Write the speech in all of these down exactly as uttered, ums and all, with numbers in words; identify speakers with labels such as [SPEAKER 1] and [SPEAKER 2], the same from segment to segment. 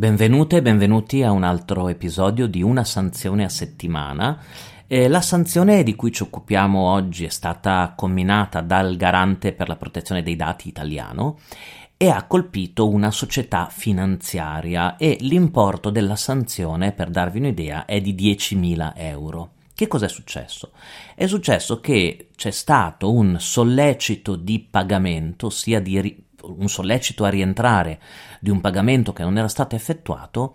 [SPEAKER 1] Benvenute e benvenuti a un altro episodio di Una sanzione a settimana. Eh, la sanzione di cui ci occupiamo oggi è stata comminata dal Garante per la protezione dei dati italiano e ha colpito una società finanziaria e l'importo della sanzione, per darvi un'idea, è di diecimila euro. Che cos'è successo? È successo che c'è stato un sollecito di pagamento, ossia di ri- un sollecito a rientrare di un pagamento che non era stato effettuato,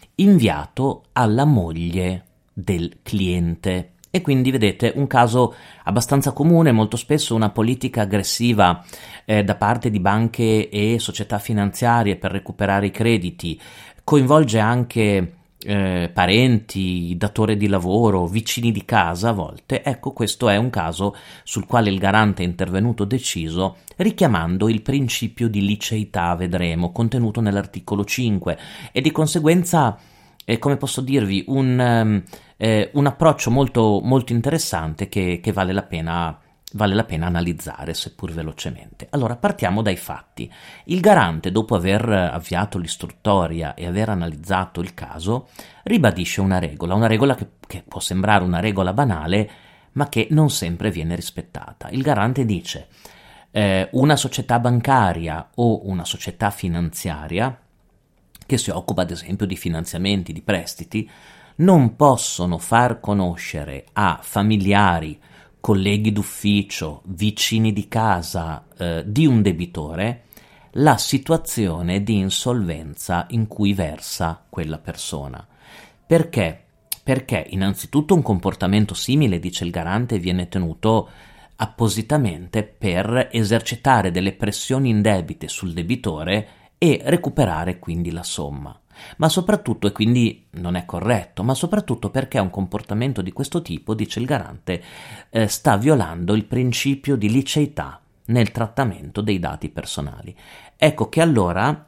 [SPEAKER 1] inviato alla moglie del cliente. E quindi vedete un caso abbastanza comune, molto spesso una politica aggressiva eh, da parte di banche e società finanziarie per recuperare i crediti coinvolge anche Eh, parenti, datore di lavoro, vicini di casa a volte. Ecco, questo è un caso sul quale il garante è intervenuto deciso, richiamando il principio di liceità, vedremo, contenuto nell'articolo cinque, e di conseguenza, eh, come posso dirvi, un, eh, un approccio molto, molto interessante che, che vale la pena vale la pena analizzare, seppur velocemente. Allora, partiamo dai fatti. Il garante, dopo aver avviato l'istruttoria e aver analizzato il caso, ribadisce una regola, una regola che, che può sembrare una regola banale, ma che non sempre viene rispettata. Il garante dice: eh, una società bancaria o una società finanziaria che si occupa, ad esempio, di finanziamenti, di prestiti, non possono far conoscere a familiari, colleghi d'ufficio, vicini di casa eh, di un debitore la situazione di insolvenza in cui versa quella persona. Perché? Perché innanzitutto un comportamento simile, dice il garante, viene tenuto appositamente per esercitare delle pressioni indebite sul debitore e recuperare quindi la somma. Ma soprattutto, e quindi non è corretto, ma soprattutto perché un comportamento di questo tipo, dice il garante, eh, sta violando il principio di liceità nel trattamento dei dati personali. Ecco che allora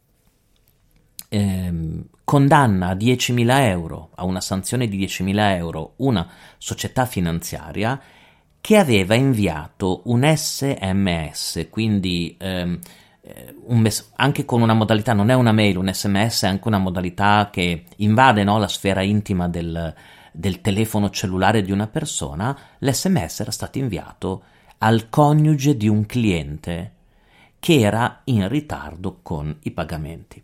[SPEAKER 1] ehm, condanna a diecimila euro, a una sanzione di diecimila euro, una società finanziaria che aveva inviato un S M S, quindi ehm, Un mes- anche con una modalità, non è una mail, un S M S è anche una modalità che invade, no, la sfera intima del, del telefono cellulare di una persona. L'S M S era stato inviato al coniuge di un cliente che era in ritardo con i pagamenti.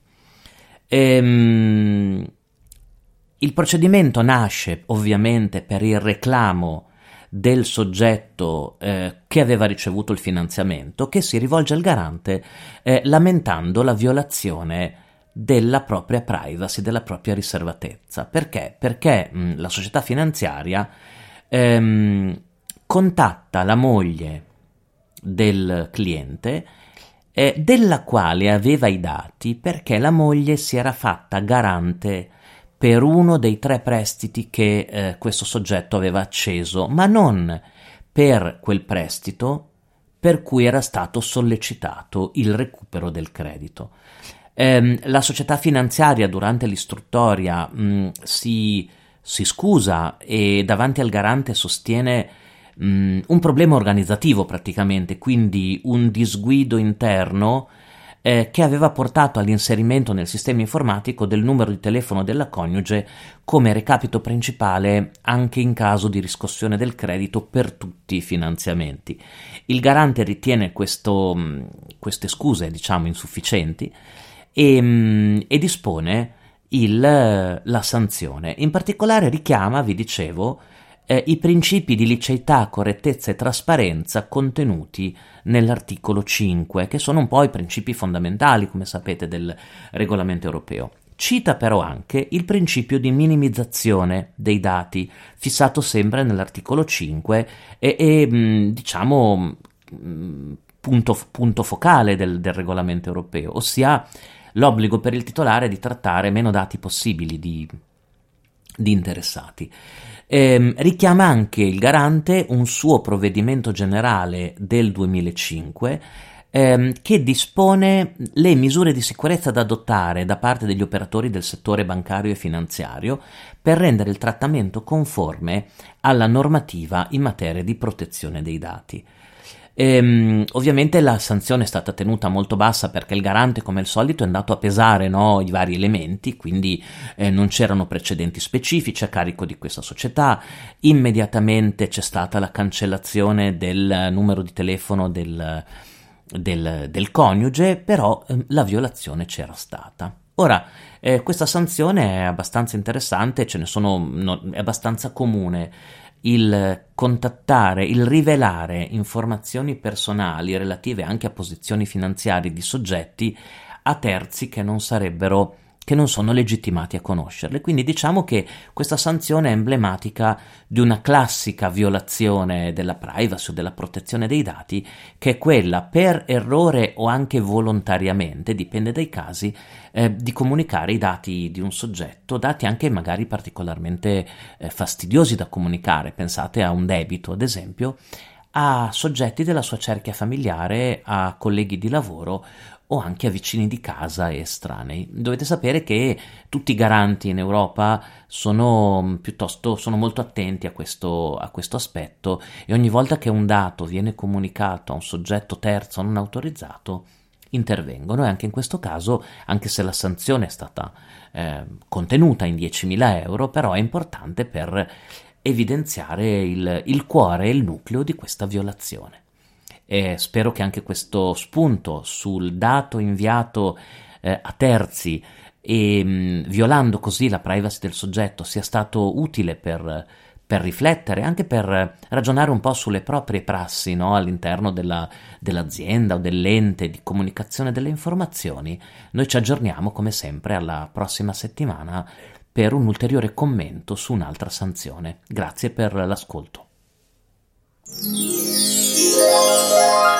[SPEAKER 1] Ehm, il procedimento nasce ovviamente per il reclamo del soggetto eh, che aveva ricevuto il finanziamento, che si rivolge al garante eh, lamentando la violazione della propria privacy, della propria riservatezza. Perché? Perché mh, la società finanziaria ehm, contatta la moglie del cliente eh, della quale aveva i dati, perché la moglie si era fatta garante per uno dei tre prestiti che eh, questo soggetto aveva acceso, ma non per quel prestito per cui era stato sollecitato il recupero del credito. Ehm, la società finanziaria durante l'istruttoria mh, si, si scusa e davanti al garante sostiene mh, un problema organizzativo praticamente, quindi un disguido interno Eh, che aveva portato all'inserimento nel sistema informatico del numero di telefono della coniuge come recapito principale anche in caso di riscossione del credito per tutti i finanziamenti. Il garante ritiene questo, queste scuse, diciamo, insufficienti e, e dispone il, la sanzione. In particolare richiama, vi dicevo, Eh, i principi di liceità, correttezza e trasparenza contenuti nell'articolo cinque, che sono un po' i principi fondamentali, come sapete, del regolamento europeo. Cita però anche il principio di minimizzazione dei dati, fissato sempre nell'articolo cinque e, e mh, diciamo mh, punto, punto focale del, del regolamento europeo, ossia l'obbligo per il titolare di trattare meno dati possibili di, di interessati. Eh, richiama anche il garante un suo provvedimento generale del duemilacinque ehm, che dispone le misure di sicurezza da adottare da parte degli operatori del settore bancario e finanziario per rendere il trattamento conforme alla normativa in materia di protezione dei dati. Ehm, ovviamente la sanzione è stata tenuta molto bassa perché il garante, come al solito, è andato a pesare, no, i vari elementi, quindi eh, non c'erano precedenti specifici a carico di questa società. Immediatamente c'è stata la cancellazione del numero di telefono del, del, del coniuge, però eh, la violazione c'era stata. Ora, eh, questa sanzione è abbastanza interessante, ce ne sono, no, è abbastanza comune il contattare, il rivelare informazioni personali relative anche a posizioni finanziarie di soggetti a terzi che non sarebbero, che non sono legittimati a conoscerle. Quindi diciamo che questa sanzione è emblematica di una classica violazione della privacy o della protezione dei dati, che è quella, per errore o anche volontariamente, dipende dai casi, eh, di comunicare i dati di un soggetto, dati anche magari particolarmente eh, fastidiosi da comunicare. Pensate a un debito, ad esempio, a soggetti della sua cerchia familiare, a colleghi di lavoro o anche a vicini di casa e estranei. Dovete sapere che tutti i garanti in Europa sono piuttosto sono molto attenti a questo, a questo aspetto, e ogni volta che un dato viene comunicato a un soggetto terzo non autorizzato intervengono, e anche in questo caso, anche se la sanzione è stata eh, contenuta in diecimila euro, però è importante per evidenziare il, il cuore e il nucleo di questa violazione. E spero che anche questo spunto sul dato inviato eh, a terzi e mh, violando così la privacy del soggetto sia stato utile per, per riflettere, anche per ragionare un po' sulle proprie prassi, no? All'interno della, dell'azienda o dell'ente di comunicazione delle informazioni. Noi ci aggiorniamo come sempre alla prossima settimana per un ulteriore commento su un'altra sanzione. Grazie per l'ascolto.